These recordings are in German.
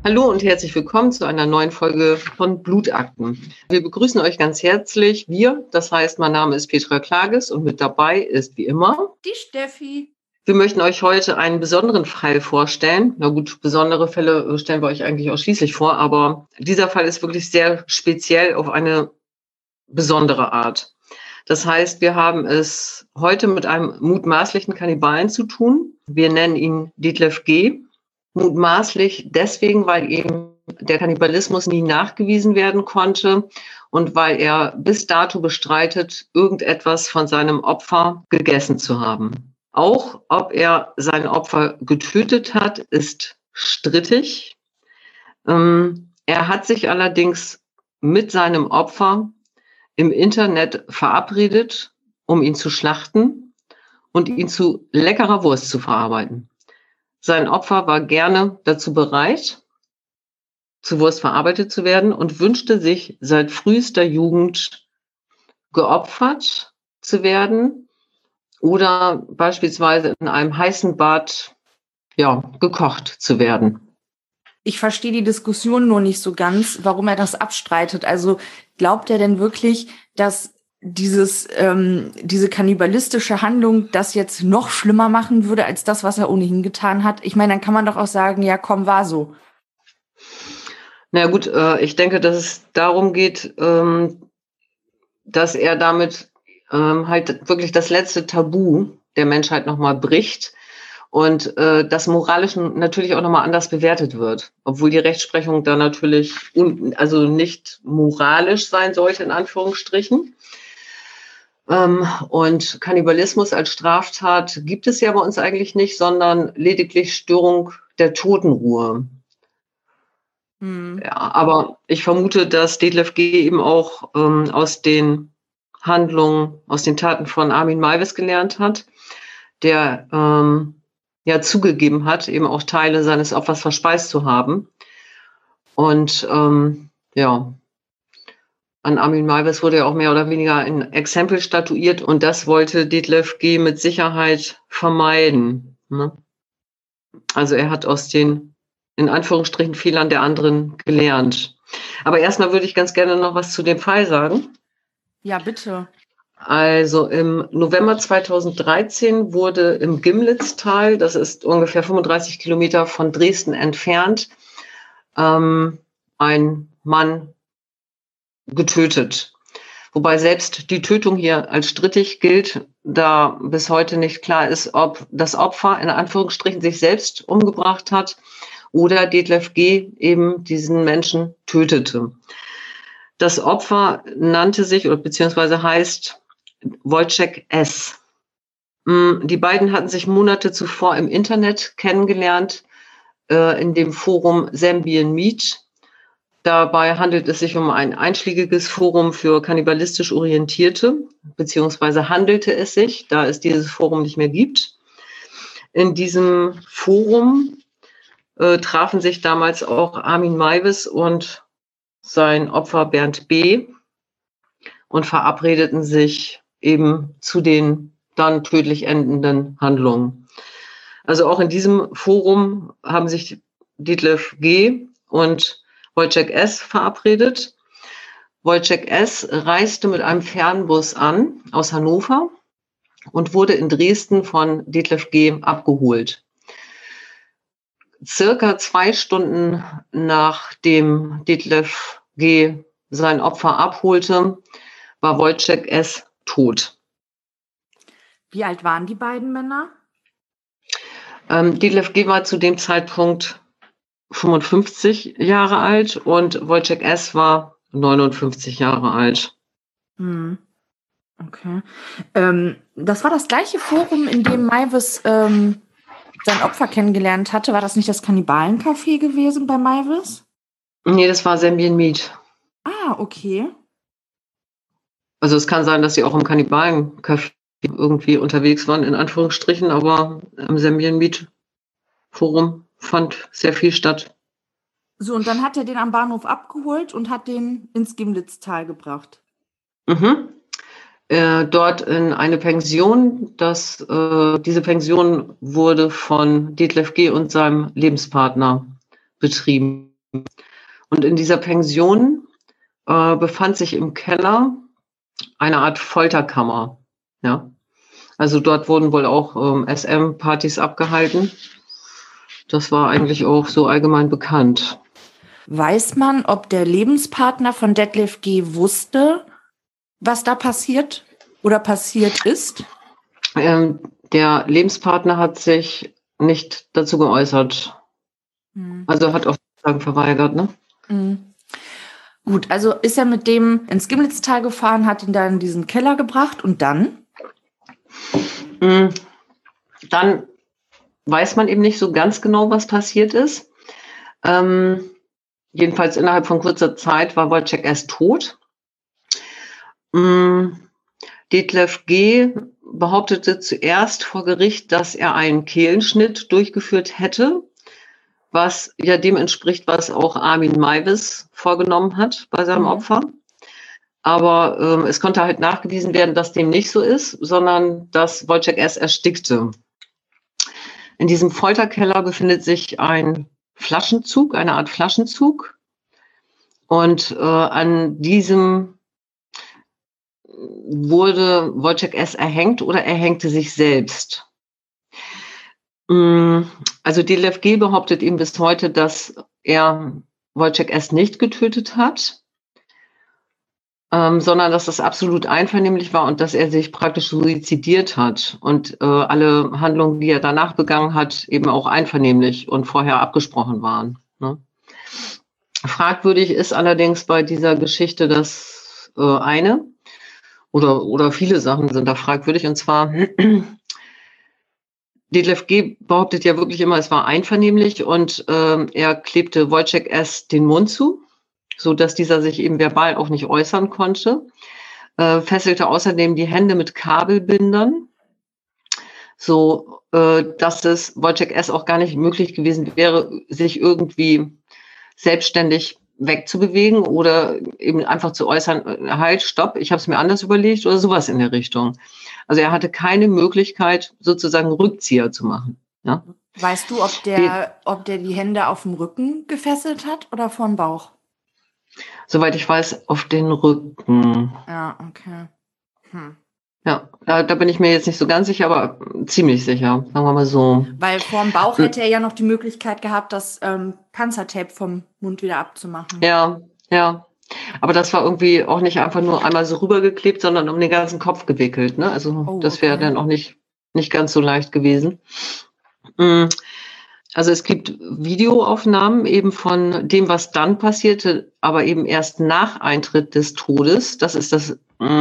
Hallo und herzlich willkommen zu einer neuen Folge von Blutakten. Wir begrüßen euch ganz herzlich. Das heißt, mein Name ist Petra Klages und mit dabei ist wie immer die Steffi. Wir möchten euch heute einen besonderen Fall vorstellen. Na gut, besondere Fälle stellen wir euch eigentlich ausschließlich vor, aber dieser Fall ist wirklich sehr speziell auf eine besondere Art. Das heißt, wir haben es heute mit einem mutmaßlichen Kannibalen zu tun. Wir nennen ihn Detlef G. Mutmaßlich deswegen, weil ihm der Kannibalismus nie nachgewiesen werden konnte und weil er bis dato bestreitet, irgendetwas von seinem Opfer gegessen zu haben. Auch ob er sein Opfer getötet hat, ist strittig. Er hat sich allerdings mit seinem Opfer im Internet verabredet, um ihn zu schlachten und ihn zu leckerer Wurst zu verarbeiten. Sein Opfer war gerne dazu bereit, zu Wurst verarbeitet zu werden und wünschte sich seit frühester Jugend geopfert zu werden oder beispielsweise in einem heißen Bad, gekocht zu werden. Ich verstehe die Diskussion nur nicht so ganz, warum er das abstreitet. Also glaubt er denn wirklich, dass diese kannibalistische Handlung das jetzt noch schlimmer machen würde als das, was er ohnehin getan hat? Ich meine, dann kann man doch auch sagen, ja komm, war so. Na gut, ich denke, dass es darum geht, dass er damit halt wirklich das letzte Tabu der Menschheit nochmal bricht und das moralisch natürlich auch nochmal anders bewertet wird, obwohl die Rechtsprechung da natürlich nicht moralisch sein sollte, in Anführungsstrichen. Und Kannibalismus als Straftat gibt es ja bei uns eigentlich nicht, sondern lediglich Störung der Totenruhe. Ja, aber ich vermute, dass Detlef G. eben auch aus den Taten von Armin Meiwes gelernt hat, der zugegeben hat, eben auch Teile seines Opfers verspeist zu haben. Und an Armin Meiwes wurde ja auch mehr oder weniger ein Exempel statuiert und das wollte Detlef G. mit Sicherheit vermeiden. Ne? Also er hat aus den, in Anführungsstrichen, Fehlern der anderen gelernt. Aber erstmal würde ich ganz gerne noch was zu dem Fall sagen. Ja, bitte. Also im November 2013 wurde im Gimlitztal, das ist ungefähr 35 Kilometer von Dresden entfernt, ein Mann getötet. Wobei selbst die Tötung hier als strittig gilt, da bis heute nicht klar ist, ob das Opfer in Anführungsstrichen sich selbst umgebracht hat oder Detlef G. eben diesen Menschen tötete. Das Opfer nannte sich oder beziehungsweise heißt Wojciech S. Die beiden hatten sich Monate zuvor im Internet kennengelernt, in dem Forum Zambian Meat. Dabei handelt es sich um ein einschlägiges Forum für kannibalistisch Orientierte, beziehungsweise handelte es sich, da es dieses Forum nicht mehr gibt. In diesem Forum trafen sich damals auch Armin Meiwes und sein Opfer Bernd B. und verabredeten sich eben zu den dann tödlich endenden Handlungen. Also auch in diesem Forum haben sich Detlef G. und Wojciech S. verabredet. Wojciech S. reiste mit einem Fernbus an aus Hannover und wurde in Dresden von Detlef G. abgeholt. Circa 2 Stunden nachdem Detlef G. sein Opfer abholte, war Wojciech S. tot. Wie alt waren die beiden Männer? Detlef G. war zu dem Zeitpunkt 55 Jahre alt und Wojciech S. war 59 Jahre alt. Okay. Das war das gleiche Forum, in dem Meiwes sein Opfer kennengelernt hatte. War das nicht das Kannibalencafé gewesen bei Meiwes? Nee, das war Zambian Meat. Ah, okay. Also es kann sein, dass sie auch im Kannibalencafé irgendwie unterwegs waren, in Anführungsstrichen, aber im Zambian Meat Forum fand sehr viel statt. So, und dann hat er den am Bahnhof abgeholt und hat den ins Gimlitztal gebracht. Dort in eine Pension. Diese Pension wurde von Detlef G. und seinem Lebenspartner betrieben. Und in dieser Pension befand sich im Keller eine Art Folterkammer. Ja, also dort wurden wohl auch SM-Partys abgehalten. Das war eigentlich auch so allgemein bekannt. Weiß man, ob der Lebenspartner von Detlef G. wusste, was da passiert oder passiert ist? Der Lebenspartner hat sich nicht dazu geäußert. Also hat auch Fragen verweigert, ne? Gut, also ist er mit dem ins Gimlitztal gefahren, hat ihn da in diesen Keller gebracht und dann? Dann weiß man eben nicht so ganz genau, was passiert ist. Jedenfalls innerhalb von kurzer Zeit war Wojciech S. tot. Detlef G. behauptete zuerst vor Gericht, dass er einen Kehlenschnitt durchgeführt hätte, was ja dem entspricht, was auch Armin Meiwes vorgenommen hat bei seinem Opfer. Aber es konnte halt nachgewiesen werden, dass dem nicht so ist, sondern dass Wojciech S. erstickte. In diesem Folterkeller befindet sich ein Flaschenzug, eine Art Flaschenzug. Und an diesem wurde Wojciech S. erhängt oder er hängte sich selbst. Also Detlef G. behauptet ihm bis heute, dass er Wojciech S. nicht getötet hat, sondern dass das absolut einvernehmlich war und dass er sich praktisch suizidiert hat und alle Handlungen, die er danach begangen hat, eben auch einvernehmlich und vorher abgesprochen waren. Ne? Fragwürdig ist allerdings bei dieser Geschichte das eine oder viele Sachen sind da fragwürdig, und zwar Detlef G. behauptet ja wirklich immer, es war einvernehmlich und er klebte Wojciech S. den Mund zu, so dass dieser sich eben verbal auch nicht äußern konnte, fesselte außerdem die Hände mit Kabelbindern, so dass es Wojciech S. auch gar nicht möglich gewesen wäre, sich irgendwie selbstständig wegzubewegen oder eben einfach zu äußern, halt, stopp, ich habe es mir anders überlegt oder sowas in der Richtung. Also er hatte keine Möglichkeit, sozusagen Rückzieher zu machen. Ja? Weißt du, ob der die Hände auf dem Rücken gefesselt hat oder vorm Bauch? Soweit ich weiß, auf den Rücken. Ja, okay. Ja, da bin ich mir jetzt nicht so ganz sicher, aber ziemlich sicher, sagen wir mal so. Weil vorm Bauch hätte er ja noch die Möglichkeit gehabt, das Panzertape vom Mund wieder abzumachen. Ja. Aber das war irgendwie auch nicht einfach nur einmal so rübergeklebt, sondern um den ganzen Kopf gewickelt. Ne? Also das wäre dann auch nicht ganz so leicht gewesen. Also es gibt Videoaufnahmen eben von dem, was dann passierte, aber eben erst nach Eintritt des Todes. Das ist das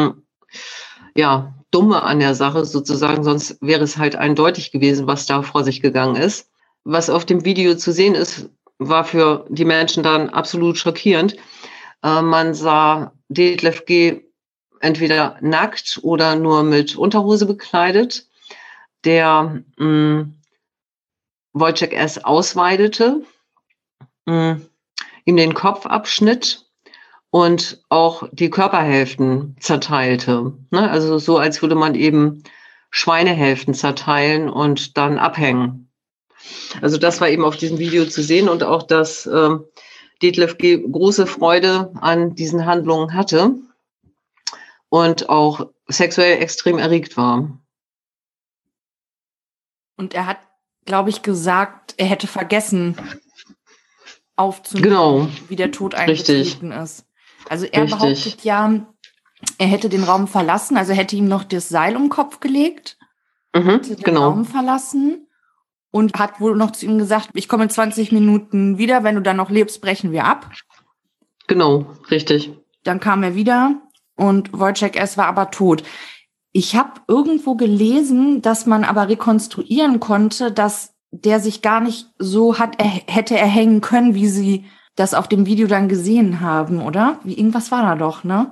Dumme an der Sache sozusagen, sonst wäre es halt eindeutig gewesen, was da vor sich gegangen ist. Was auf dem Video zu sehen ist, war für die Menschen dann absolut schockierend. Man sah Detlef G. entweder nackt oder nur mit Unterhose bekleidet, der Wojciech S. ausweidete, ihm den Kopf abschnitt und auch die Körperhälften zerteilte. Ne? Also so, als würde man eben Schweinehälften zerteilen und dann abhängen. Also das war eben auf diesem Video zu sehen und auch, dass Detlef G. große Freude an diesen Handlungen hatte und auch sexuell extrem erregt war. Und er hat, glaube ich, gesagt, er hätte vergessen aufzunehmen, genau, wie der Tod eingetreten ist. Also er behauptet ja, er hätte den Raum verlassen, also hätte ihm noch das Seil um den Kopf gelegt, hätte den Raum verlassen und hat wohl noch zu ihm gesagt, ich komme in 20 Minuten wieder, wenn du dann noch lebst, brechen wir ab. Genau, richtig. Dann kam er wieder und Wojciech S. war aber tot. Ich habe irgendwo gelesen, dass man aber rekonstruieren konnte, dass der sich gar nicht so hätte erhängen können, wie sie das auf dem Video dann gesehen haben, oder? Irgendwas war da doch, ne?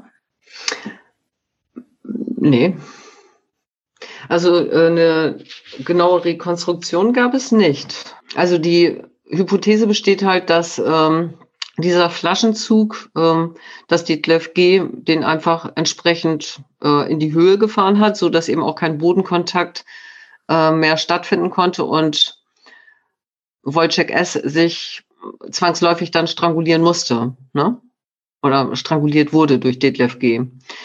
Nee. Also eine genaue Rekonstruktion gab es nicht. Also die Hypothese besteht halt, dass dieser Flaschenzug, dass Detlef G. den einfach entsprechend in die Höhe gefahren hat, so dass eben auch kein Bodenkontakt mehr stattfinden konnte und Wojciech S. sich zwangsläufig dann strangulieren musste, ne? Oder stranguliert wurde durch Detlef G.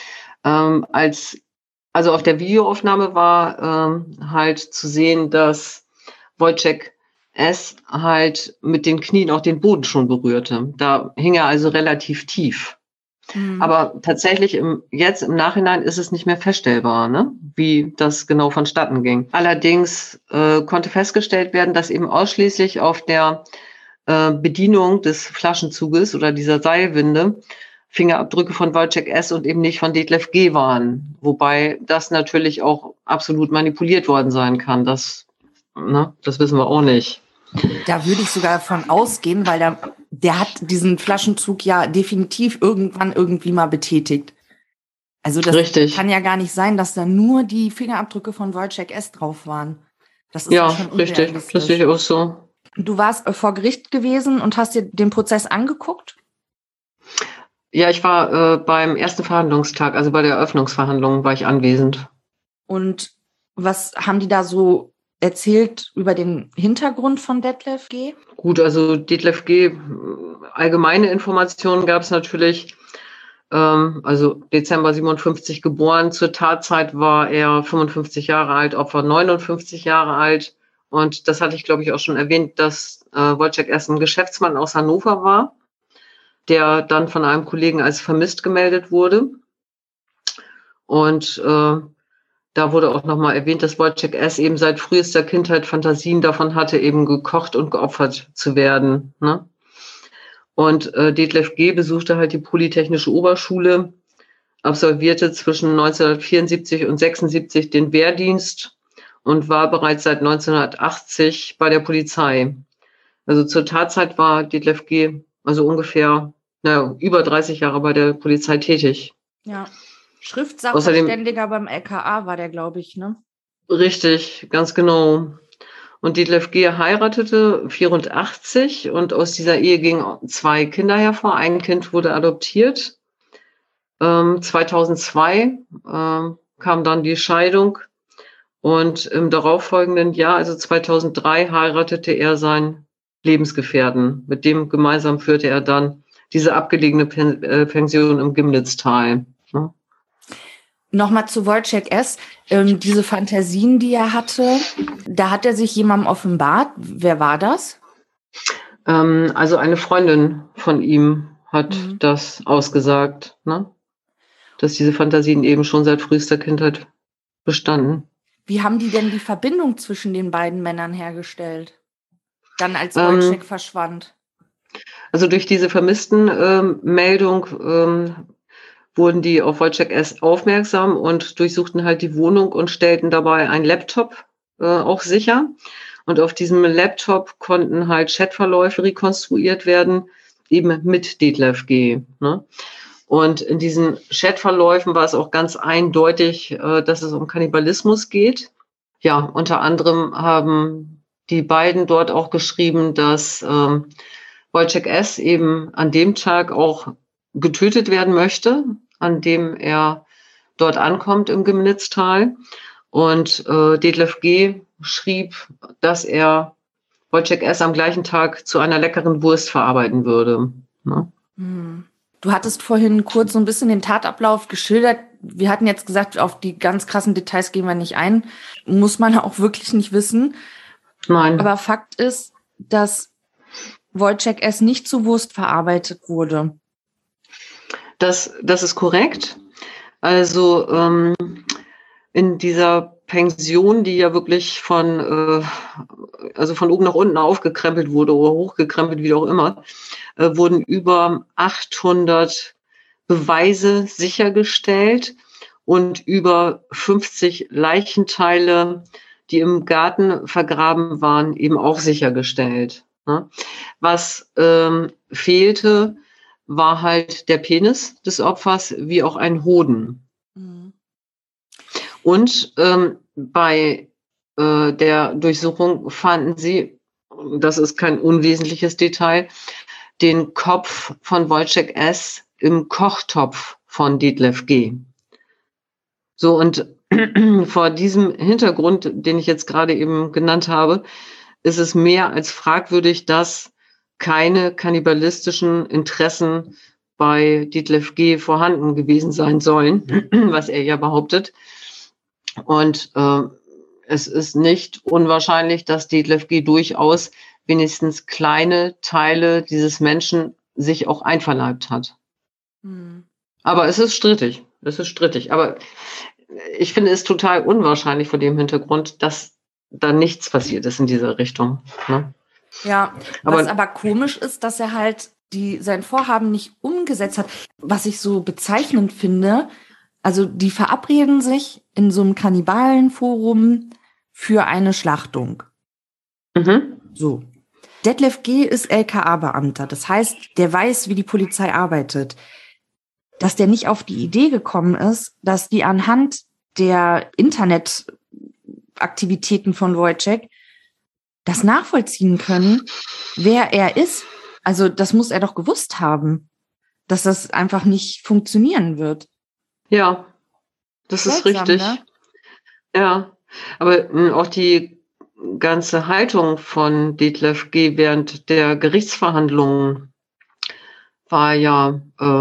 Also auf der Videoaufnahme war halt zu sehen, dass Wojciech S. halt mit den Knien auch den Boden schon berührte. Da hing er also relativ tief. Aber tatsächlich jetzt im Nachhinein ist es nicht mehr feststellbar, ne, wie das genau vonstatten ging. Allerdings konnte festgestellt werden, dass eben ausschließlich auf der Bedienung des Flaschenzuges oder dieser Seilwinde Fingerabdrücke von Wojciech S. und eben nicht von Detlef G. waren. Wobei das natürlich auch absolut manipuliert worden sein kann. Das wissen wir auch nicht. Da würde ich sogar von ausgehen, weil der hat diesen Flaschenzug ja definitiv irgendwann irgendwie mal betätigt. Also das Richtig. Kann ja gar nicht sein, dass da nur die Fingerabdrücke von Wojciech S. drauf waren. Das ist ja schon richtig. Das sehe ich auch so. Du warst vor Gericht gewesen und hast dir den Prozess angeguckt? Ja, ich war beim ersten Verhandlungstag, also bei der Eröffnungsverhandlung war ich anwesend. Und was haben die da so erzählt über den Hintergrund von Detlef G.? Gut, also Detlef G., allgemeine Informationen gab es natürlich. Also Dezember 57 geboren. Zur Tatzeit war er 55 Jahre alt, Opfer 59 Jahre alt. Und das hatte ich, glaube ich, auch schon erwähnt, dass Wojciech erst ein Geschäftsmann aus Hannover war, der dann von einem Kollegen als vermisst gemeldet wurde. Und da wurde auch nochmal erwähnt, dass Wojciech S. eben seit frühester Kindheit Fantasien davon hatte, eben gekocht und geopfert zu werden, ne? Und Detlef G. besuchte halt die Polytechnische Oberschule, absolvierte zwischen 1974 und 76 den Wehrdienst und war bereits seit 1980 bei der Polizei. Also zur Tatzeit war Detlef G. also ungefähr über 30 Jahre bei der Polizei tätig. Ja. Schriftsachverständiger beim LKA war der, glaube ich, ne? Richtig, ganz genau. Und Detlef G. heiratete 84 und aus dieser Ehe gingen 2 Kinder hervor. Ein Kind wurde adoptiert. 2002 kam dann die Scheidung und im darauffolgenden Jahr, also 2003, heiratete er seinen Lebensgefährten. Mit dem gemeinsam führte er dann diese abgelegene Pension im Gimlitztal. Ne? Nochmal zu Wojciech S. Diese Fantasien, die er hatte, da hat er sich jemandem offenbart. Wer war das? Also eine Freundin von ihm hat das ausgesagt, ne? Dass diese Fantasien eben schon seit frühester Kindheit bestanden. Wie haben die denn die Verbindung zwischen den beiden Männern hergestellt? Dann als Wojciech verschwand. Also durch diese Vermissten-Meldung wurden die auf Wojciech S. aufmerksam und durchsuchten halt die Wohnung und stellten dabei einen Laptop auch sicher. Und auf diesem Laptop konnten halt Chatverläufe rekonstruiert werden, eben mit Detlef G. Ne? Und in diesen Chatverläufen war es auch ganz eindeutig, dass es um Kannibalismus geht. Ja, unter anderem haben die beiden dort auch geschrieben, dass Wojciech S. eben an dem Tag auch getötet werden möchte, an dem er dort ankommt im Gimlitztal. Und Detlef G. schrieb, dass er Wojciech S. am gleichen Tag zu einer leckeren Wurst verarbeiten würde. Ne? Du hattest vorhin kurz so ein bisschen den Tatablauf geschildert. Wir hatten jetzt gesagt, auf die ganz krassen Details gehen wir nicht ein. Muss man auch wirklich nicht wissen. Nein. Aber Fakt ist, dass Wojciech S. nicht zu Wurst verarbeitet wurde. Das ist korrekt. Also in dieser Pension, die ja wirklich von oben nach unten aufgekrempelt wurde oder hochgekrempelt, wie auch immer, wurden über 800 Beweise sichergestellt und über 50 Leichenteile, die im Garten vergraben waren, eben auch sichergestellt. Ne? Was fehlte, war halt der Penis des Opfers wie auch ein Hoden. Und bei der Durchsuchung fanden sie, das ist kein unwesentliches Detail, den Kopf von Wojciech S. im Kochtopf von Detlef G. So, und vor diesem Hintergrund, den ich jetzt gerade eben genannt habe, ist es mehr als fragwürdig, dass keine kannibalistischen Interessen bei Detlef G. vorhanden gewesen sein sollen, was er ja behauptet. Und es ist nicht unwahrscheinlich, dass Detlef G. durchaus wenigstens kleine Teile dieses Menschen sich auch einverleibt hat. Aber es ist strittig. Es ist strittig. Aber ich finde es total unwahrscheinlich vor dem Hintergrund, dass da nichts passiert ist in dieser Richtung. Ne? Ja, was aber komisch ist, dass er halt sein Vorhaben nicht umgesetzt hat. Was ich so bezeichnend finde, also die verabreden sich in so einem Kannibalenforum für eine Schlachtung. So. Detlef G. ist LKA-Beamter. Das heißt, der weiß, wie die Polizei arbeitet. Dass der nicht auf die Idee gekommen ist, dass die anhand der Internetaktivitäten von Wojciech das nachvollziehen können, wer er ist. Also das muss er doch gewusst haben, dass das einfach nicht funktionieren wird. Ja, das ist richtig. Ne? Ja, aber auch die ganze Haltung von Detlef G. während der Gerichtsverhandlungen war ja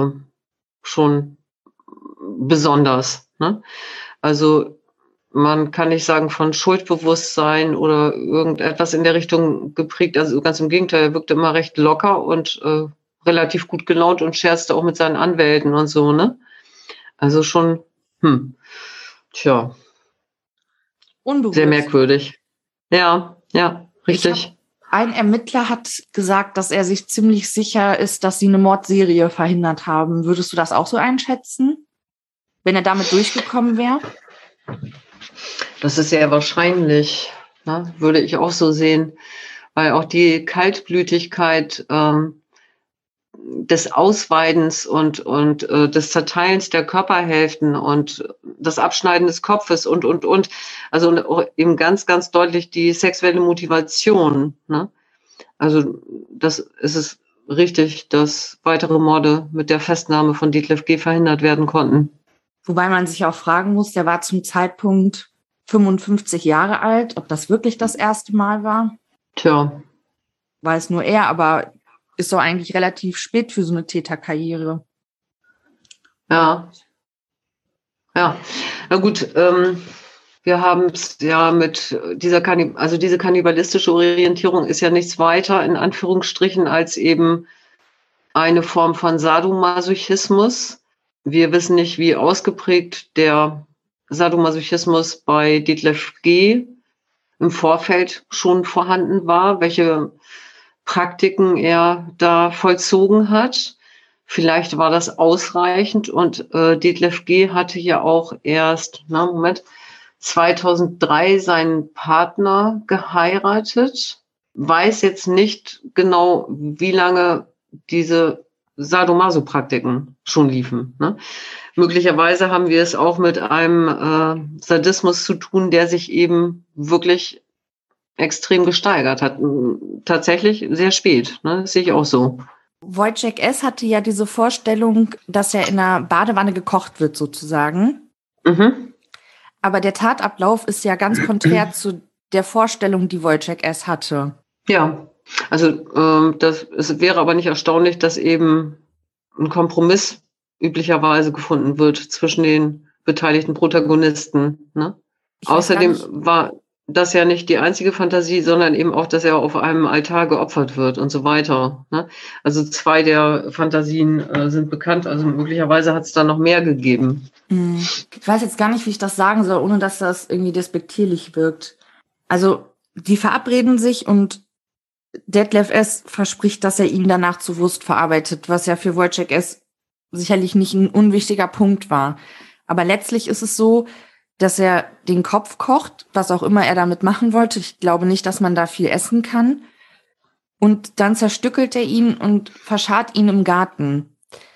schon besonders. Ne? Also man kann nicht sagen von Schuldbewusstsein oder irgendetwas in der Richtung geprägt. Also ganz im Gegenteil, er wirkte immer recht locker und relativ gut gelaunt und scherzte auch mit seinen Anwälten und so. Ne? Also schon, tja, unberührt. Sehr merkwürdig. Ja, richtig. Ein Ermittler hat gesagt, dass er sich ziemlich sicher ist, dass sie eine Mordserie verhindert haben. Würdest du das auch so einschätzen, wenn er damit durchgekommen wäre? Das ist sehr wahrscheinlich, ne? Würde ich auch so sehen, weil auch die Kaltblütigkeit des Ausweidens und des Zerteilens der Körperhälften und das Abschneiden des Kopfes und. Also eben ganz, ganz deutlich die sexuelle Motivation. Ne? Also das ist es richtig, dass weitere Morde mit der Festnahme von Detlef G. verhindert werden konnten. Wobei man sich auch fragen muss, der war zum Zeitpunkt 55 Jahre alt, ob das wirklich das erste Mal war. Tja. Weiß nur er, aber ist doch eigentlich relativ spät für so eine Täterkarriere. Ja. Ja, na gut, wir haben es ja mit dieser diese kannibalistische Orientierung ist ja nichts weiter, in Anführungsstrichen, als eben eine Form von Sadomasochismus. Wir wissen nicht, wie ausgeprägt der Sadomasochismus bei Detlef G. im Vorfeld schon vorhanden war, welche Praktiken er da vollzogen hat. Vielleicht war das ausreichend und Detlef G. hatte ja auch erst, 2003 seinen Partner geheiratet. Weiß jetzt nicht genau, wie lange diese Sadomaso-Praktiken schon liefen. Ne? Möglicherweise haben wir es auch mit einem Sadismus zu tun, der sich eben wirklich extrem gesteigert hat. Tatsächlich sehr spät, ne? Das sehe ich auch so. Wojciech S. hatte ja diese Vorstellung, dass er in einer Badewanne gekocht wird, sozusagen. Aber der Tatablauf ist ja ganz konträr zu der Vorstellung, die Wojciech S. hatte. Ja, also es wäre aber nicht erstaunlich, dass eben ein Kompromiss üblicherweise gefunden wird zwischen den beteiligten Protagonisten. Ne? Außerdem war das ja nicht die einzige Fantasie, sondern eben auch, dass er auf einem Altar geopfert wird und so weiter. Ne? Also 2 der Fantasien sind bekannt, also möglicherweise hat es da noch mehr gegeben. Ich weiß jetzt gar nicht, wie ich das sagen soll, ohne dass das irgendwie despektierlich wirkt. Also die verabreden sich und Detlef S. verspricht, dass er ihn danach zu Wurst verarbeitet, was ja für Wojciech S. sicherlich nicht ein unwichtiger Punkt war. Aber letztlich ist es so, dass er den Kopf kocht, was auch immer er damit machen wollte. Ich glaube nicht, dass man da viel essen kann. Und dann zerstückelt er ihn und verscharrt ihn im Garten.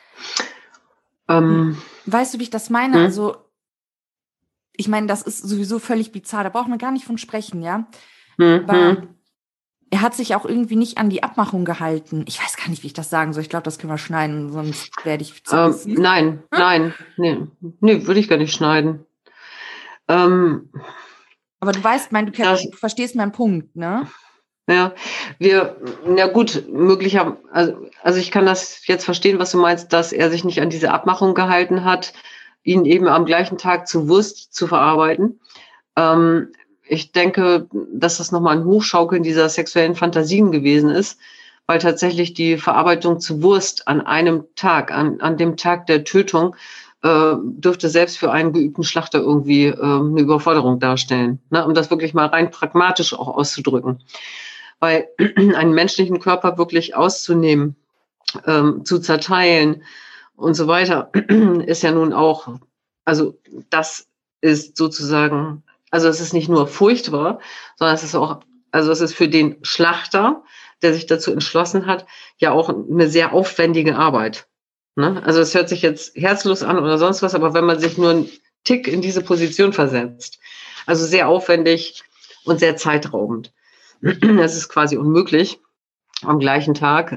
Weißt du, wie ich das meine? Also, ich meine, das ist sowieso völlig bizarr. Da braucht man gar nicht von sprechen, ja? Aber er hat sich auch irgendwie nicht an die Abmachung gehalten. Ich weiß gar nicht, wie ich das sagen soll. Ich glaube, das können wir schneiden, sonst werde ich zerrissen. Nein, nee, würde ich gar nicht schneiden. Aber du weißt, du verstehst meinen Punkt, ne? Ja, na gut, möglicherweise, also ich kann das jetzt verstehen, was du meinst, dass er sich nicht an diese Abmachung gehalten hat, ihn eben am gleichen Tag zu Wurst zu verarbeiten. Ich denke, dass das nochmal ein Hochschaukeln dieser sexuellen Fantasien gewesen ist, weil tatsächlich die Verarbeitung zu Wurst an einem Tag, an dem Tag der Tötung, dürfte selbst für einen geübten Schlachter irgendwie eine Überforderung darstellen, ne? Um das wirklich mal rein pragmatisch auch auszudrücken. Weil einen menschlichen Körper wirklich auszunehmen, zu zerteilen und so weiter, ist ja nun auch, also das ist sozusagen, also es ist nicht nur furchtbar, sondern es ist auch, also es ist für den Schlachter, der sich dazu entschlossen hat, ja auch eine sehr aufwendige Arbeit. Ne? Also es hört sich jetzt herzlos an oder sonst was, aber wenn man sich nur einen Tick in diese Position versetzt, also sehr aufwendig und sehr zeitraubend. Es ist quasi unmöglich, am gleichen Tag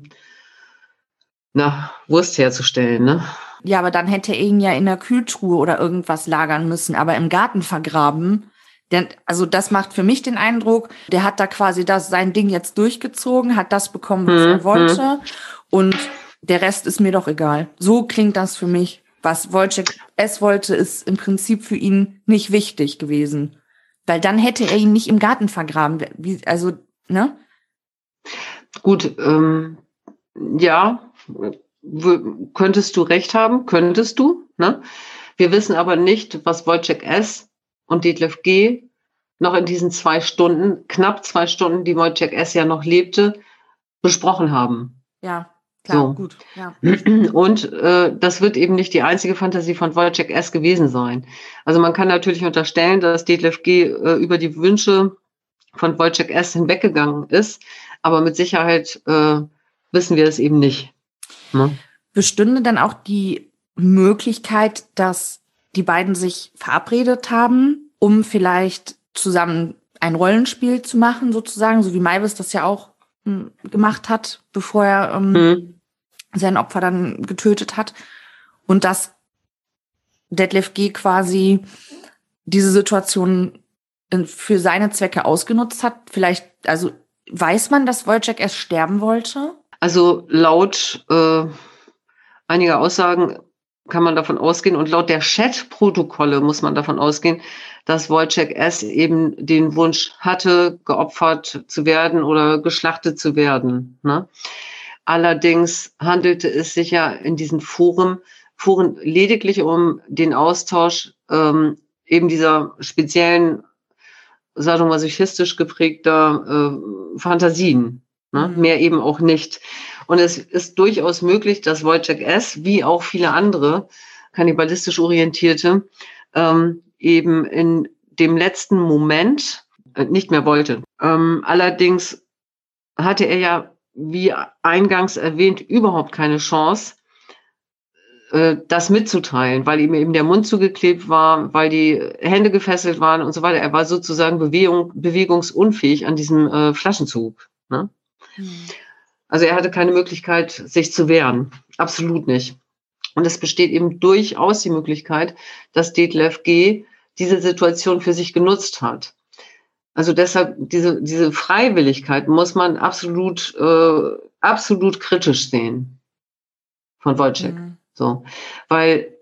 Wurst herzustellen. Ne? Ja, aber dann hätte er ihn ja in der Kühltruhe oder irgendwas lagern müssen, aber im Garten vergraben. Denn, also das macht für mich den Eindruck, der hat da quasi sein Ding jetzt durchgezogen, hat das bekommen, was er wollte. Und der Rest ist mir doch egal. So klingt das für mich. Was Wojciech S. wollte, ist im Prinzip für ihn nicht wichtig gewesen. Weil dann hätte er ihn nicht im Garten vergraben. Also, ne? Gut, ja, könntest du recht haben, könntest du. Ne? Wir wissen aber nicht, was Wojciech S. und Detlef G. noch in diesen 2 Stunden, knapp 2 Stunden, die Wojciech S. ja noch lebte, besprochen haben. Ja, klar, so. Gut. Ja. Und das wird eben nicht die einzige Fantasie von Wojciech S. gewesen sein. Also man kann natürlich unterstellen, dass Detlef G. Über die Wünsche von Wojciech S. hinweggegangen ist, aber mit Sicherheit wissen wir es eben nicht. Ne? Bestünde dann auch die Möglichkeit, dass die beiden sich verabredet haben, um vielleicht zusammen ein Rollenspiel zu machen, sozusagen, so wie Meiwes das ja auch gemacht hat, bevor er sein Opfer dann getötet hat. Und dass Detlef G. quasi diese Situation für seine Zwecke ausgenutzt hat. Vielleicht, also weiß man, dass Wojciech S. sterben wollte? Also laut einiger Aussagen kann man davon ausgehen und laut der Chat-Protokolle muss man davon ausgehen, dass Wojciech S. eben den Wunsch hatte, geopfert zu werden oder geschlachtet zu werden. Ne? Allerdings handelte es sich ja in diesen Foren lediglich um den Austausch eben dieser speziellen sadomasochistisch geprägter Fantasien. Ne? Mehr eben auch nicht. Und es ist durchaus möglich, dass Wojciech S., wie auch viele andere kannibalistisch Orientierte, eben in dem letzten Moment nicht mehr wollte. Allerdings hatte er ja, wie eingangs erwähnt, überhaupt keine Chance, das mitzuteilen, weil ihm eben der Mund zugeklebt war, weil die Hände gefesselt waren und so weiter. Er war sozusagen bewegungsunfähig an diesem Flaschenzug. Ne? Also er hatte keine Möglichkeit, sich zu wehren. Absolut nicht. Und es besteht eben durchaus die Möglichkeit, dass Detlef G. diese Situation für sich genutzt hat. Also deshalb, diese Freiwilligkeit muss man absolut kritisch sehen von Wojciech. So, weil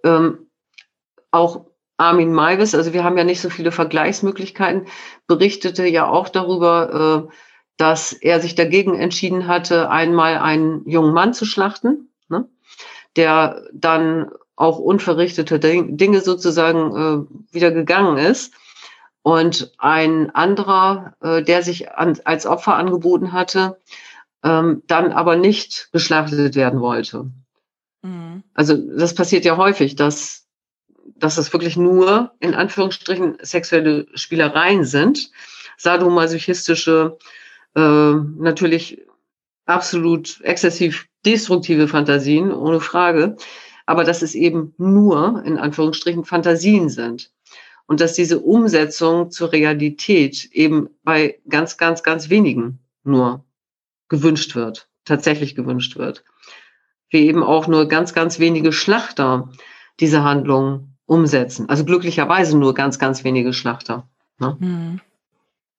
auch Armin Meiwes, also wir haben ja nicht so viele Vergleichsmöglichkeiten, berichtete ja auch darüber, dass er sich dagegen entschieden hatte, einmal einen jungen Mann zu schlachten, ne, der dann auch unverrichtete Dinge sozusagen wieder gegangen ist. Und ein anderer, der sich als Opfer angeboten hatte, dann aber nicht geschlachtet werden wollte. Also das passiert ja häufig, dass es wirklich nur in Anführungsstrichen sexuelle Spielereien sind, sadomasochistische, natürlich absolut exzessiv destruktive Fantasien, ohne Frage, aber dass es eben nur in Anführungsstrichen Fantasien sind und dass diese Umsetzung zur Realität eben bei ganz, ganz, ganz wenigen nur gewünscht wird, tatsächlich gewünscht wird. Wie eben auch nur ganz, ganz wenige Schlachter diese Handlung umsetzen. Also glücklicherweise nur ganz, ganz wenige Schlachter. Ne?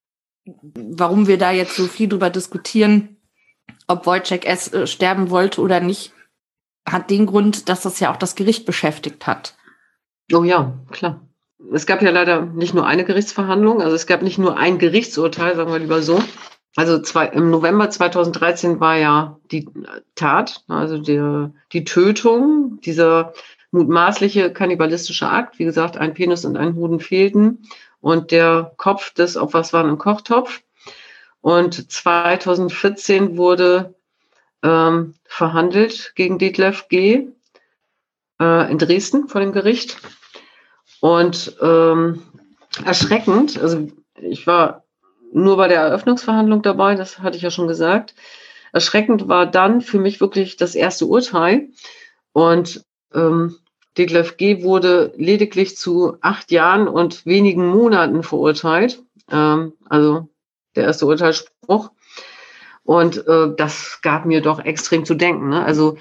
warum wir da jetzt so viel drüber diskutieren, ob Wojciech S. Sterben wollte oder nicht, hat den Grund, dass das ja auch das Gericht beschäftigt hat. Oh ja, klar. Es gab ja leider nicht nur eine Gerichtsverhandlung, also es gab nicht nur ein Gerichtsurteil, sagen wir lieber so. Also im November 2013 war ja die Tat, also die Tötung, dieser mutmaßliche kannibalistische Akt. Wie gesagt, ein Penis und ein Hoden fehlten und der Kopf des Opfers war im Kochtopf. Und 2014 wurde verhandelt gegen Detlef G. In Dresden vor dem Gericht. Und erschreckend, also ich war nur bei der Eröffnungsverhandlung dabei, das hatte ich ja schon gesagt. Erschreckend war dann für mich wirklich das erste Urteil. Und Detlef G. wurde lediglich zu 8 Jahren und wenigen Monaten verurteilt. Also der erste Urteilsspruch. Und das gab mir doch extrem zu denken. Ne? Also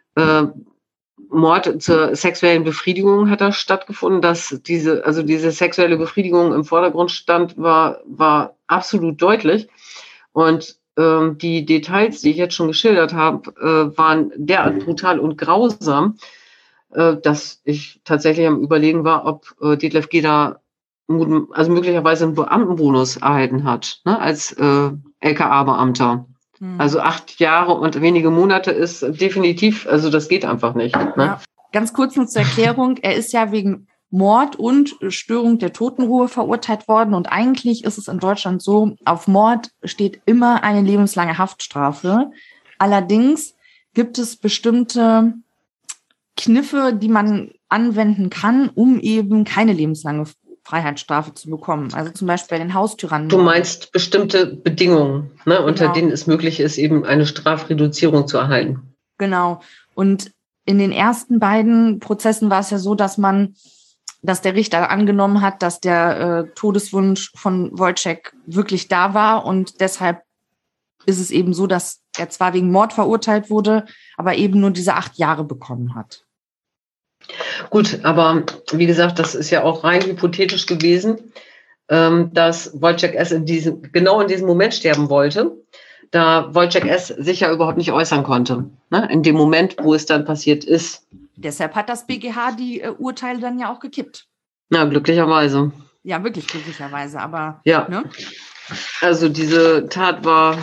Mord zur sexuellen Befriedigung hat da stattgefunden. Dass diese sexuelle Befriedigung im Vordergrund stand, war absolut deutlich. Und die Details, die ich jetzt schon geschildert habe, waren derart brutal und grausam, dass ich tatsächlich am Überlegen war, ob Detlef G. da also möglicherweise einen Beamtenbonus erhalten hat, ne, als LKA-Beamter. Also 8 Jahre und wenige Monate ist definitiv, also das geht einfach nicht. Ne? Ja, ganz kurz nur zur Erklärung. Er ist ja wegen Mord und Störung der Totenruhe verurteilt worden. Und eigentlich ist es in Deutschland so, auf Mord steht immer eine lebenslange Haftstrafe. Allerdings gibt es bestimmte Kniffe, die man anwenden kann, um eben keine lebenslange Freiheitsstrafe zu bekommen. Also zum Beispiel bei den Haustyrannen. Du meinst bestimmte Bedingungen, ne, unter Genau. denen es möglich ist, eben eine Strafreduzierung zu erhalten. Genau. Und in den ersten beiden Prozessen war es ja so, dass der Richter angenommen hat, dass der Todeswunsch von Wojciech wirklich da war. Und deshalb ist es eben so, dass er zwar wegen Mord verurteilt wurde, aber eben nur diese 8 Jahre bekommen hat. Gut, aber wie gesagt, das ist ja auch rein hypothetisch gewesen, dass Wojciech S. genau in diesem Moment sterben wollte, da Wojciech S. sich ja überhaupt nicht äußern konnte, ne, in dem Moment, wo es dann passiert ist. Deshalb hat das BGH die Urteile dann ja auch gekippt. Na, glücklicherweise. Ja, wirklich glücklicherweise, aber... Ja, ne? Also diese Tat war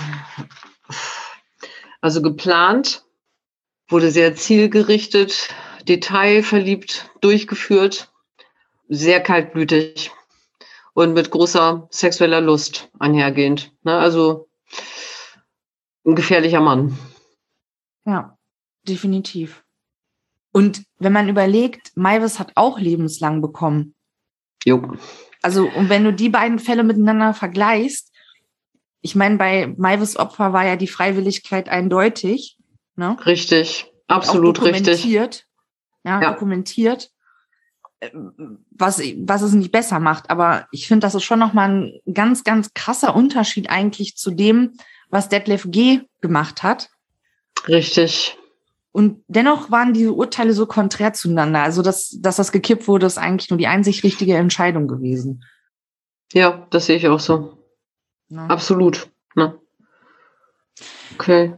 also geplant, wurde sehr zielgerichtet, detailverliebt durchgeführt, sehr kaltblütig und mit großer sexueller Lust einhergehend. Ne? Also ein gefährlicher Mann. Ja, definitiv. Und wenn man überlegt, Meiwes hat auch lebenslang bekommen. Jo. Also, und wenn du die beiden Fälle miteinander vergleichst, ich meine, bei Meiwes Opfer war ja die Freiwilligkeit eindeutig. Ne? Richtig, absolut auch dokumentiert, richtig. Ja, dokumentiert, was es nicht besser macht. Aber ich finde, das ist schon nochmal ein ganz, ganz krasser Unterschied eigentlich zu dem, was Detlef G. gemacht hat. Richtig. Und dennoch waren diese Urteile so konträr zueinander. Also, dass das gekippt wurde, ist eigentlich nur die einzig richtige Entscheidung gewesen. Ja, das sehe ich auch so. Ja. Absolut. Ne? Okay.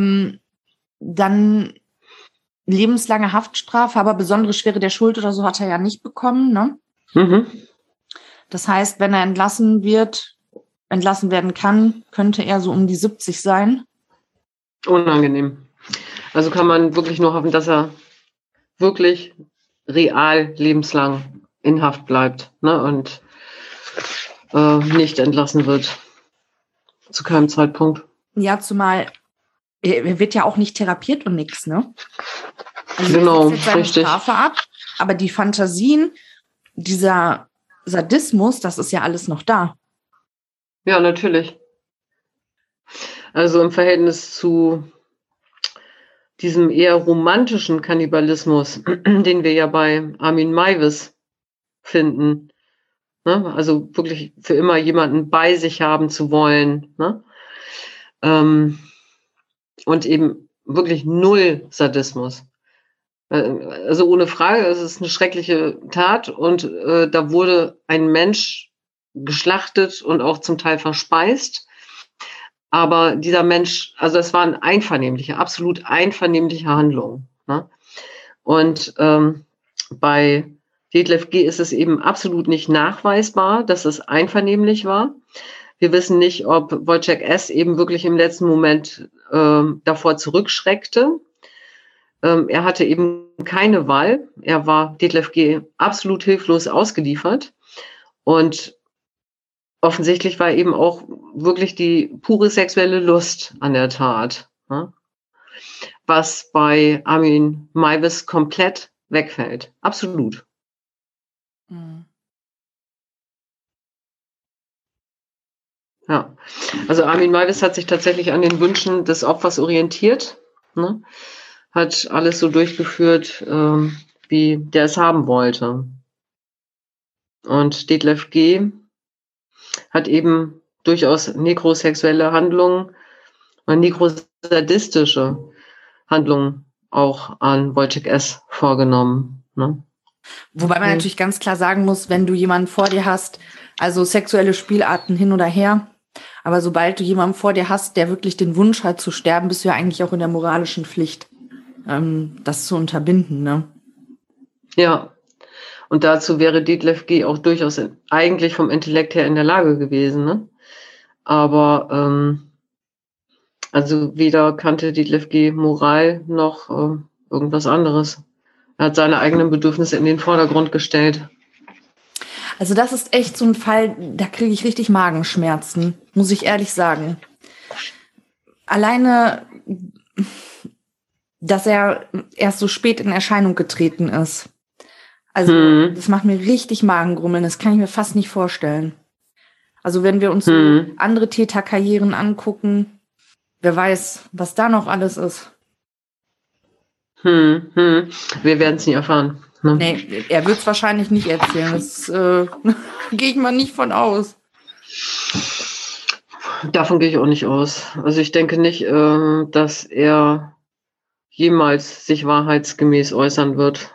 Dann lebenslange Haftstrafe, aber besondere Schwere der Schuld oder so hat er ja nicht bekommen. Ne? Mhm. Das heißt, wenn er entlassen werden kann, könnte er so um die 70 sein. Unangenehm. Also kann man wirklich nur hoffen, dass er wirklich real lebenslang in Haft bleibt, ne, und nicht entlassen wird. Zu keinem Zeitpunkt. Ja, zumal er wird ja auch nicht therapiert und nichts, ne? Also genau, er setzt seine richtig. Strafe ab, aber die Fantasien, dieser Sadismus, das ist ja alles noch da. Ja, natürlich. Also im Verhältnis zu diesem eher romantischen Kannibalismus, den wir ja bei Armin Meiwes finden, ne? Also wirklich für immer jemanden bei sich haben zu wollen, ne? Und eben wirklich null Sadismus. Also ohne Frage, es ist eine schreckliche Tat und da wurde ein Mensch geschlachtet und auch zum Teil verspeist. Aber dieser Mensch, also es war eine absolut einvernehmliche Handlung. Ne? Und bei Detlef G. ist es eben absolut nicht nachweisbar, dass es einvernehmlich war. Wir wissen nicht, ob Wojciech S. eben wirklich im letzten Moment davor zurückschreckte. Er hatte eben keine Wahl. Er war Detlef G. absolut hilflos ausgeliefert. Und offensichtlich war eben auch wirklich die pure sexuelle Lust an der Tat, ne? Was bei Armin Meiwes komplett wegfällt. Absolut. Mhm. Ja, also Armin Meiwes hat sich tatsächlich an den Wünschen des Opfers orientiert, ne? Hat alles so durchgeführt, wie der es haben wollte. Und Detlef G. hat eben durchaus nekrosexuelle Handlungen und nekrosadistische Handlungen auch an Wojciech S. vorgenommen. Ne? Wobei man natürlich ganz klar sagen muss, wenn du jemanden vor dir hast, also sexuelle Spielarten hin oder her, aber sobald du jemanden vor dir hast, der wirklich den Wunsch hat zu sterben, bist du ja eigentlich auch in der moralischen Pflicht, das zu unterbinden, ne? Ja, und dazu wäre Detlef G. auch durchaus eigentlich vom Intellekt her in der Lage gewesen. Ne? Aber also weder kannte Detlef G. Moral noch irgendwas anderes. Er hat seine eigenen Bedürfnisse in den Vordergrund gestellt. Also das ist echt so ein Fall, da kriege ich richtig Magenschmerzen, muss ich ehrlich sagen. Alleine, dass er erst so spät in Erscheinung getreten ist. Also das macht mir richtig Magengrummeln, das kann ich mir fast nicht vorstellen. Also wenn wir uns so andere Täterkarrieren angucken, wer weiß, was da noch alles ist. Wir werden es nie erfahren. Ne? Nee, er wird es wahrscheinlich nicht erzählen. Das gehe ich mal nicht von aus. Davon gehe ich auch nicht aus. Also ich denke nicht, dass er jemals sich wahrheitsgemäß äußern wird.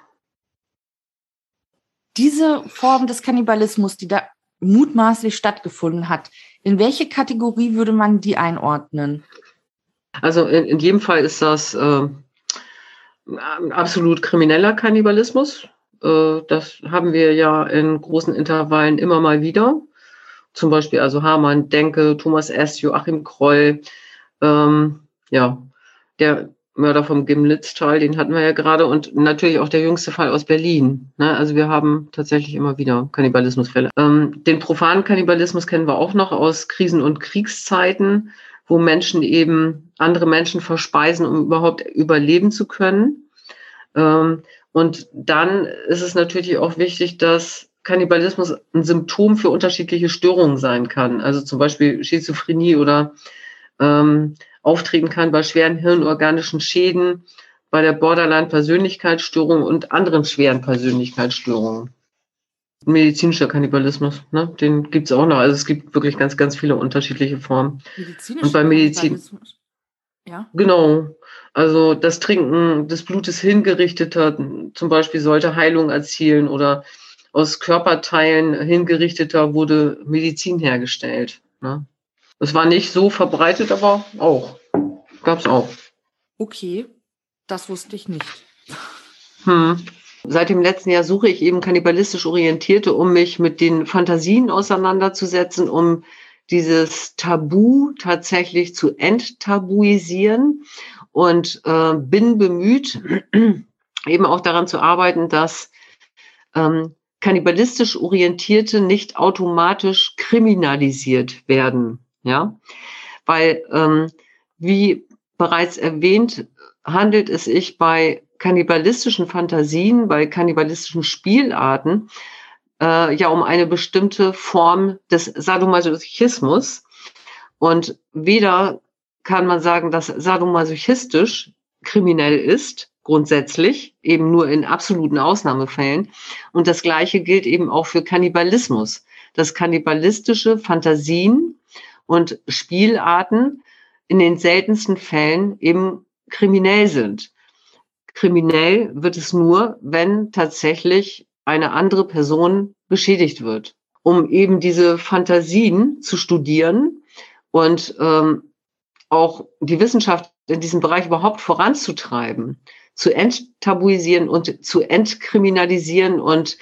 Diese Form des Kannibalismus, die da mutmaßlich stattgefunden hat, in welche Kategorie würde man die einordnen? Also in jedem Fall ist das absolut krimineller Kannibalismus. Das haben wir ja in großen Intervallen immer mal wieder. Zum Beispiel also Hamann, Denke, Thomas S., Joachim Kroll, ja, der Mörder vom Gimlitztal, den hatten wir ja gerade, und natürlich auch der jüngste Fall aus Berlin. Ne? Also wir haben tatsächlich immer wieder Kannibalismusfälle. Den profanen Kannibalismus kennen wir auch noch aus Krisen- und Kriegszeiten, wo Menschen eben andere Menschen verspeisen, um überhaupt überleben zu können. Und dann ist es natürlich auch wichtig, dass Kannibalismus ein Symptom für unterschiedliche Störungen sein kann. Also zum Beispiel Schizophrenie oder auftreten kann bei schweren hirnorganischen Schäden, bei der Borderline-Persönlichkeitsstörung und anderen schweren Persönlichkeitsstörungen. Medizinischer Kannibalismus, ne? Den gibt es auch noch. Also es gibt wirklich ganz, ganz viele unterschiedliche Formen. Und bei Medizin, ja. Genau. Also das Trinken des Blutes hingerichteter, zum Beispiel, sollte Heilung erzielen, oder aus Körperteilen hingerichteter wurde Medizin hergestellt. Ne? Es war nicht so verbreitet, aber auch. Gab es auch. Okay, das wusste ich nicht. Seit dem letzten Jahr suche ich eben kannibalistisch Orientierte, um mich mit den Fantasien auseinanderzusetzen, um dieses Tabu tatsächlich zu enttabuisieren, und bin bemüht, eben auch daran zu arbeiten, dass kannibalistisch Orientierte nicht automatisch kriminalisiert werden. Ja, weil, wie bereits erwähnt, handelt es sich bei kannibalistischen Fantasien, bei kannibalistischen Spielarten ja um eine bestimmte Form des Sadomasochismus. Und weder kann man sagen, dass sadomasochistisch kriminell ist, grundsätzlich, eben nur in absoluten Ausnahmefällen. Und das Gleiche gilt eben auch für Kannibalismus, dass kannibalistische Fantasien und Spielarten in den seltensten Fällen eben kriminell sind. Kriminell wird es nur, wenn tatsächlich eine andere Person beschädigt wird. um eben diese Fantasien zu studieren und auch die Wissenschaft in diesem Bereich überhaupt voranzutreiben, zu enttabuisieren und zu entkriminalisieren und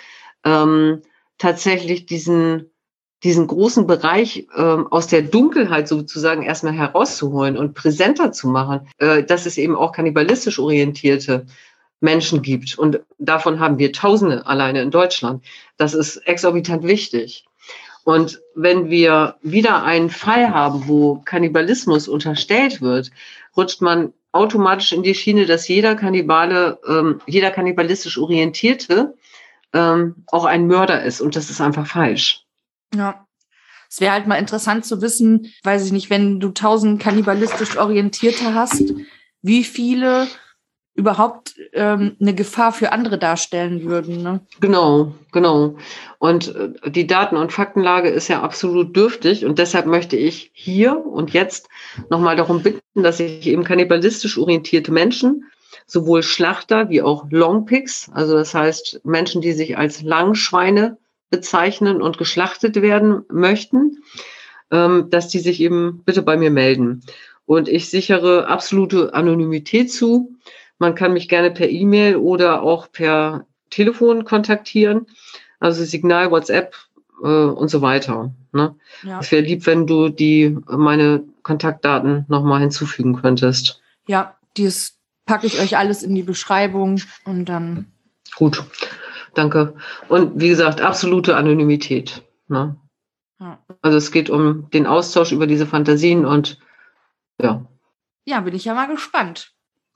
tatsächlich diesen großen Bereich aus der Dunkelheit sozusagen erstmal herauszuholen und präsenter zu machen, dass es eben auch kannibalistisch orientierte Menschen gibt. Und davon haben wir Tausende alleine in Deutschland. Das ist exorbitant wichtig. Und wenn wir wieder einen Fall haben, wo Kannibalismus unterstellt wird, rutscht man automatisch in die Schiene, dass jeder Kannibale, jeder kannibalistisch Orientierte auch ein Mörder ist. Und das ist einfach falsch. Ja. Es wäre halt mal interessant zu wissen, weiß ich nicht, wenn du 1000 kannibalistisch Orientierte hast, wie viele überhaupt eine Gefahr für andere darstellen würden. Ne? Genau. Und die Daten- und Faktenlage ist ja absolut dürftig. Und deshalb möchte ich hier und jetzt nochmal darum bitten, dass sich eben kannibalistisch orientierte Menschen, sowohl Schlachter wie auch Longpigs, also das heißt Menschen, die sich als Langschweine bezeichnen und geschlachtet werden möchten, dass die sich eben bitte bei mir melden. Und ich sichere absolute Anonymität zu. Man kann mich gerne per E-Mail oder auch per Telefon kontaktieren, also Signal, WhatsApp und so weiter. Ne? Ja. Es wäre lieb, wenn du meine Kontaktdaten nochmal hinzufügen könntest. Ja, dies packe ich euch alles in die Beschreibung und dann. Gut, danke. Und wie gesagt, absolute Anonymität. Ne? Ja. Also es geht um den Austausch über diese Fantasien und ja. Ja, bin ich ja mal gespannt.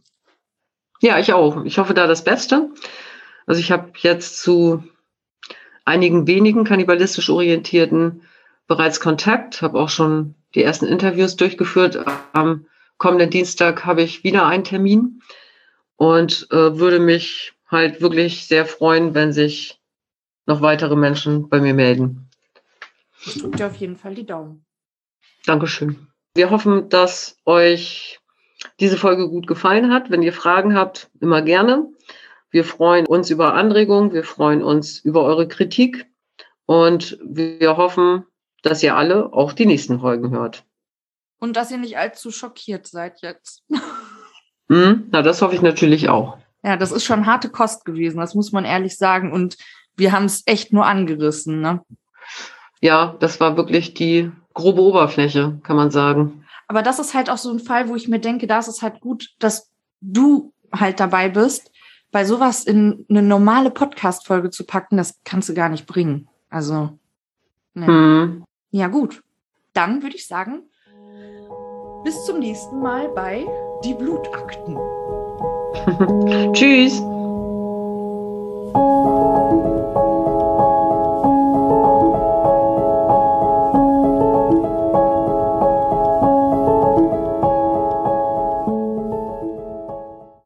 Ja, ich auch. Ich hoffe da das Beste. Also ich habe jetzt zu einigen wenigen kannibalistisch Orientierten bereits Kontakt, habe auch schon die ersten Interviews durchgeführt. Am kommenden Dienstag habe ich wieder einen Termin und würde mich halt wirklich sehr freuen, wenn sich noch weitere Menschen bei mir melden. Ich drücke dir auf jeden Fall die Daumen. Dankeschön. Wir hoffen, dass euch diese Folge gut gefallen hat. Wenn ihr Fragen habt, immer gerne. Wir freuen uns über Anregungen, wir freuen uns über eure Kritik und wir hoffen, dass ihr alle auch die nächsten Folgen hört. Und dass ihr nicht allzu schockiert seid jetzt. Na, das hoffe ich natürlich auch. Ja, das ist schon harte Kost gewesen, das muss man ehrlich sagen. Und wir haben es echt nur angerissen, ne? Ja, das war wirklich die grobe Oberfläche, kann man sagen. Aber das ist halt auch so ein Fall, wo ich mir denke, da ist es halt gut, dass du halt dabei bist, bei sowas in eine normale Podcast-Folge zu packen, das kannst du gar nicht bringen. Also, ne. Ja gut, dann würde ich sagen, bis zum nächsten Mal bei Die Blutakten. Tschüss.